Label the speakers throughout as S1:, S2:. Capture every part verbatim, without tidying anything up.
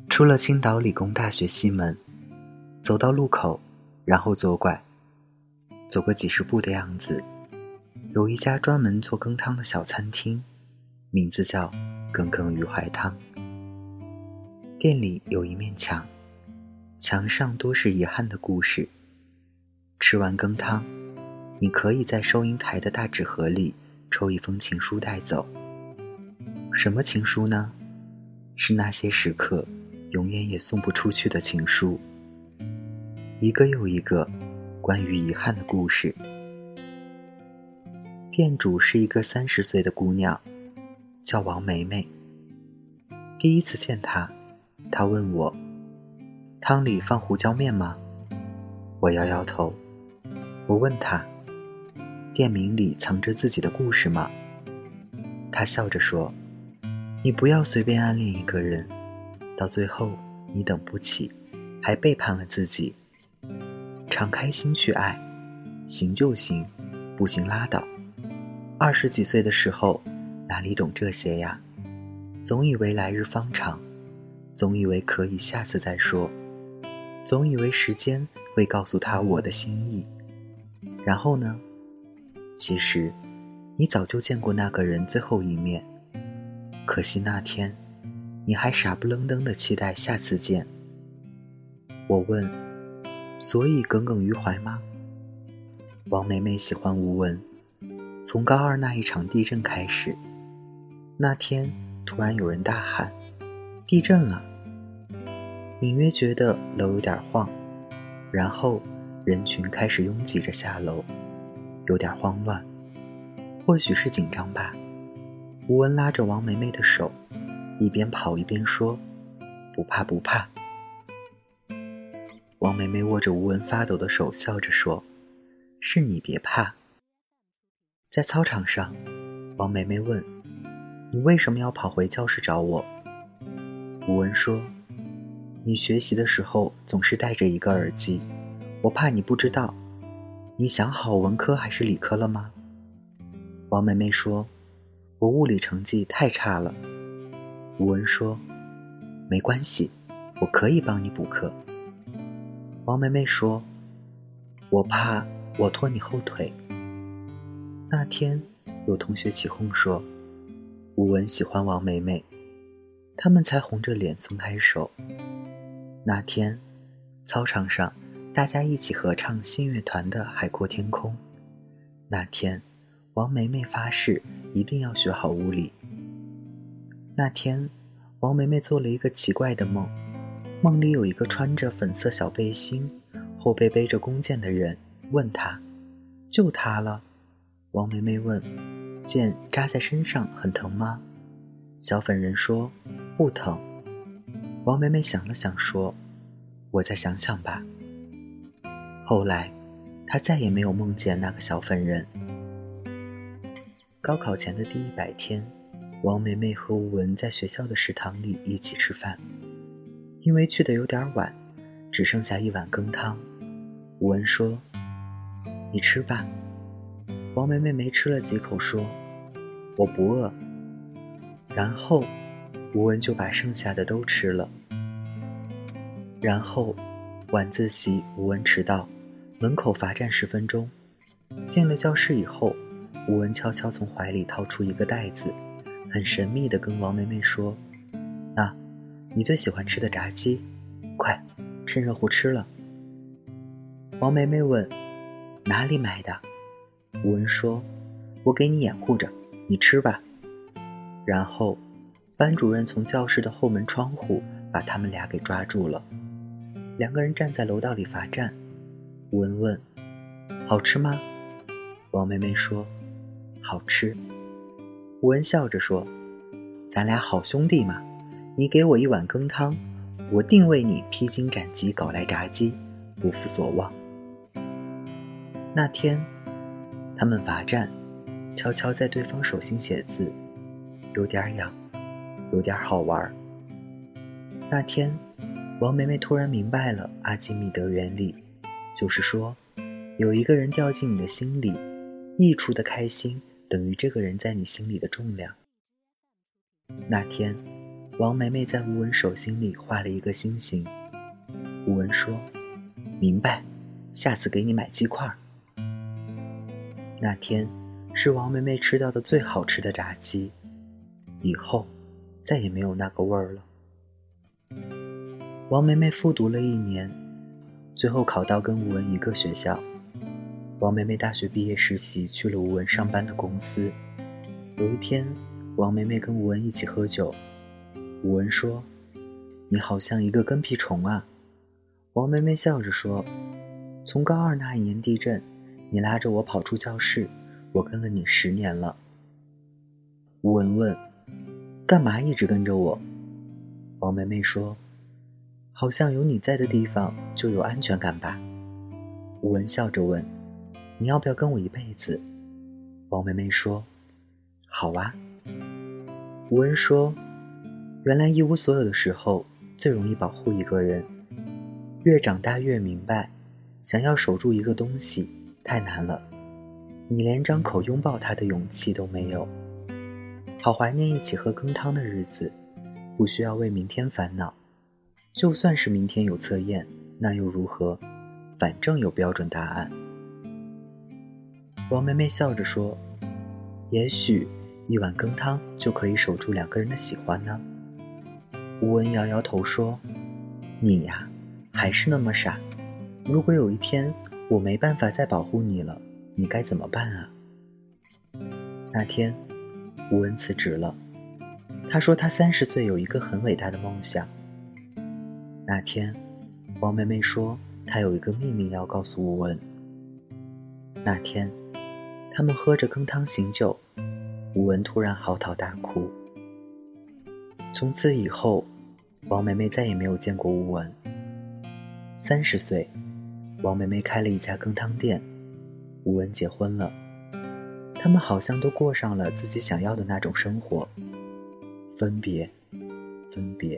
S1: 出了青岛理工大学西门，走到路口，然后左拐，走个几十步的样子，有一家专门做羹汤的小餐厅，名字叫耿耿于怀汤。店里有一面墙，墙上多是遗憾的故事。吃完羹汤，你可以在收银台的大纸盒里抽一封情书带走。什么情书呢？是那些时刻永远也送不出去的情书，一个又一个关于遗憾的故事。店主是一个三十岁的姑娘，叫王梅梅。第一次见她，她问我：汤里放胡椒面吗？我摇摇头。我问她：店名里藏着自己的故事吗？她笑着说：你不要随便暗恋一个人，到最后你等不起，还背叛了自己。敞开心去爱，行就行，不行拉倒。二十几岁的时候，哪里懂这些呀？总以为来日方长，总以为可以下次再说，总以为时间会告诉他我的心意。然后呢？其实你早就见过那个人最后一面，可惜那天你还傻不愣登地期待下次见。我问：所以耿耿于怀吗？王梅梅喜欢吴文，从高二那一场地震开始。那天突然有人大喊：地震了！隐约觉得楼有点晃，然后人群开始拥挤着下楼，有点慌乱，或许是紧张吧。吴文拉着王梅梅的手，一边跑一边说：不怕不怕。王梅梅握着吴文发抖的手，笑着说：是你别怕。在操场上，王梅梅问：你为什么要跑回教室找我？吴文说：你学习的时候总是戴着一个耳机，我怕你不知道。你想好文科还是理科了吗？王梅梅说：我物理成绩太差了。吴文说：没关系，我可以帮你补课。王梅梅说：我怕我拖你后腿。那天有同学起哄说吴文喜欢王梅梅，他们才红着脸松开手。那天操场上大家一起合唱信乐团的《海阔天空》。那天王梅梅发誓一定要学好物理。那天王梅梅做了一个奇怪的梦，梦里有一个穿着粉色小背心，后背背着弓箭的人，问她：就他了。王梅梅问：箭扎在身上很疼吗？小粉人说：不疼。王梅梅想了想说：我再想想吧。后来她再也没有梦见那个小粉人。高考前的第一百天，王梅梅和吴文在学校的食堂里一起吃饭。因为去得有点晚，只剩下一碗羹汤。吴文说：你吃吧。王梅梅没吃了几口说：我不饿。然后吴文就把剩下的都吃了。然后晚自习吴文迟到，门口罚站十分钟。进了教室以后，吴文悄悄从怀里掏出一个袋子，很神秘地跟王梅梅说：啊，你最喜欢吃的炸鸡，快趁热乎吃了。王梅梅问：哪里买的？吴文说：我给你掩护着，你吃吧。然后班主任从教室的后门窗户把他们俩给抓住了。两个人站在楼道里罚站。吴文问：好吃吗？王梅梅说：好吃。吴文笑着说：咱俩好兄弟嘛，你给我一碗羹汤，我定为你披荆斩棘搞来炸鸡，不负所望。那天他们罚站，悄悄在对方手心写字，有点痒，有点好玩。那天王梅梅突然明白了阿基米德原理，就是说有一个人掉进你的心里，溢出的开心等于这个人在你心里的重量。那天王梅梅在吴文手心里画了一个心形。吴文说：明白，下次给你买鸡块。那天是王梅梅吃到的最好吃的炸鸡，以后再也没有那个味儿了。王梅梅复读了一年，最后考到跟吴文一个学校。王梅梅大学毕业实习去了吴文上班的公司。有一天，王梅梅跟吴文一起喝酒，吴文说：你好像一个跟屁虫啊。王梅梅笑着说：从高二那一年地震，你拉着我跑出教室，我跟了你十年了。吴文问：干嘛一直跟着我？王梅梅说：好像有你在的地方就有安全感吧。吴文笑着问：你要不要跟我一辈子？王梅梅说：好啊。吴文说：原来一无所有的时候最容易保护一个人，越长大越明白，想要守住一个东西太难了，你连张口拥抱它的勇气都没有。好怀念一起喝羹汤的日子，不需要为明天烦恼，就算是明天有测验，那又如何？反正有标准答案。王梅梅笑着说：也许一碗羹汤就可以守住两个人的喜欢呢。吴文摇摇头说：你呀，还是那么傻。如果有一天我没办法再保护你了，你该怎么办啊？那天吴文辞职了，他说他三十岁有一个很伟大的梦想。那天王梅梅说她有一个秘密要告诉吴文。那天他们喝着羹汤醒酒，吴文突然嚎啕大哭。从此以后，王梅梅再也没有见过吴文。三十岁，王梅梅开了一家羹汤店，吴文结婚了。他们好像都过上了自己想要的那种生活。分别，分别。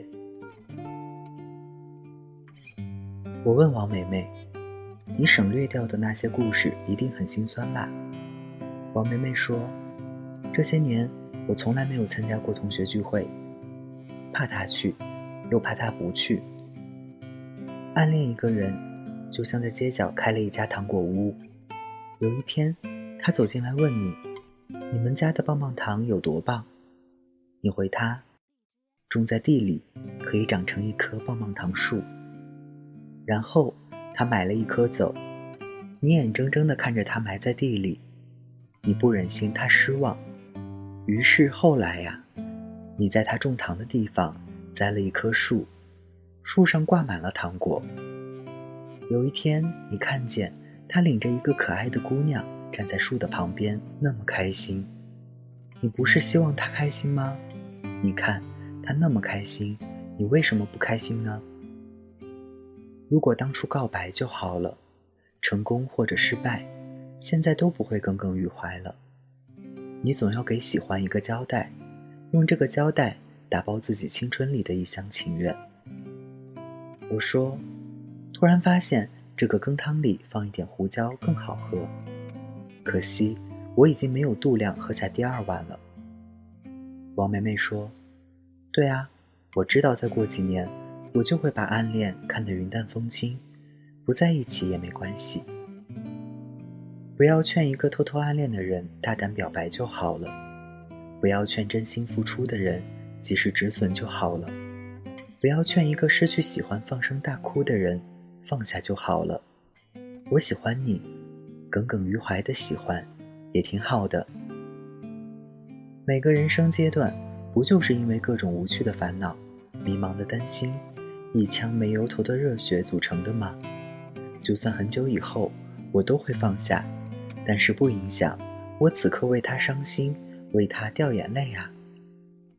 S1: 我问王梅梅：你省略掉的那些故事一定很心酸吧？王梅梅说：这些年我从来没有参加过同学聚会，怕他去，又怕他不去。暗恋一个人，就像在街角开了一家糖果屋。有一天，他走进来问你：你们家的棒棒糖有多棒？你回他：种在地里，可以长成一棵棒棒糖树。然后他买了一颗走，你眼睁睁地看着它埋在地里，你不忍心他失望，于是后来呀、啊，你在他种糖的地方栽了一棵树，树上挂满了糖果。有一天你看见他领着一个可爱的姑娘站在树的旁边，那么开心。你不是希望他开心吗？你看他那么开心，你为什么不开心呢？如果当初告白就好了，成功或者失败，现在都不会耿耿于怀了。你总要给喜欢一个交代，用这个交代打包自己青春里的一厢情愿。我说，突然发现这个羹汤里放一点胡椒更好喝，可惜我已经没有度量喝下第二碗了。王梅梅说：对啊，我知道再过几年我就会把暗恋看得云淡风轻，不在一起也没关系。不要劝一个偷偷暗恋的人大胆表白就好了，不要劝真心付出的人及时止损就好了，不要劝一个失去喜欢放声大哭的人放下就好了。我喜欢你，耿耿于怀的喜欢也挺好的。每个人生阶段不就是因为各种无趣的烦恼、迷茫的担心、一腔没由头的热血组成的吗？就算很久以后我都会放下，但是不影响我此刻为他伤心，为他掉眼泪啊。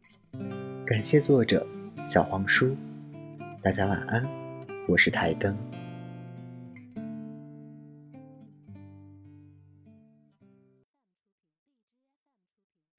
S1: 感谢作者小黄书，大家晚安，我是台灯。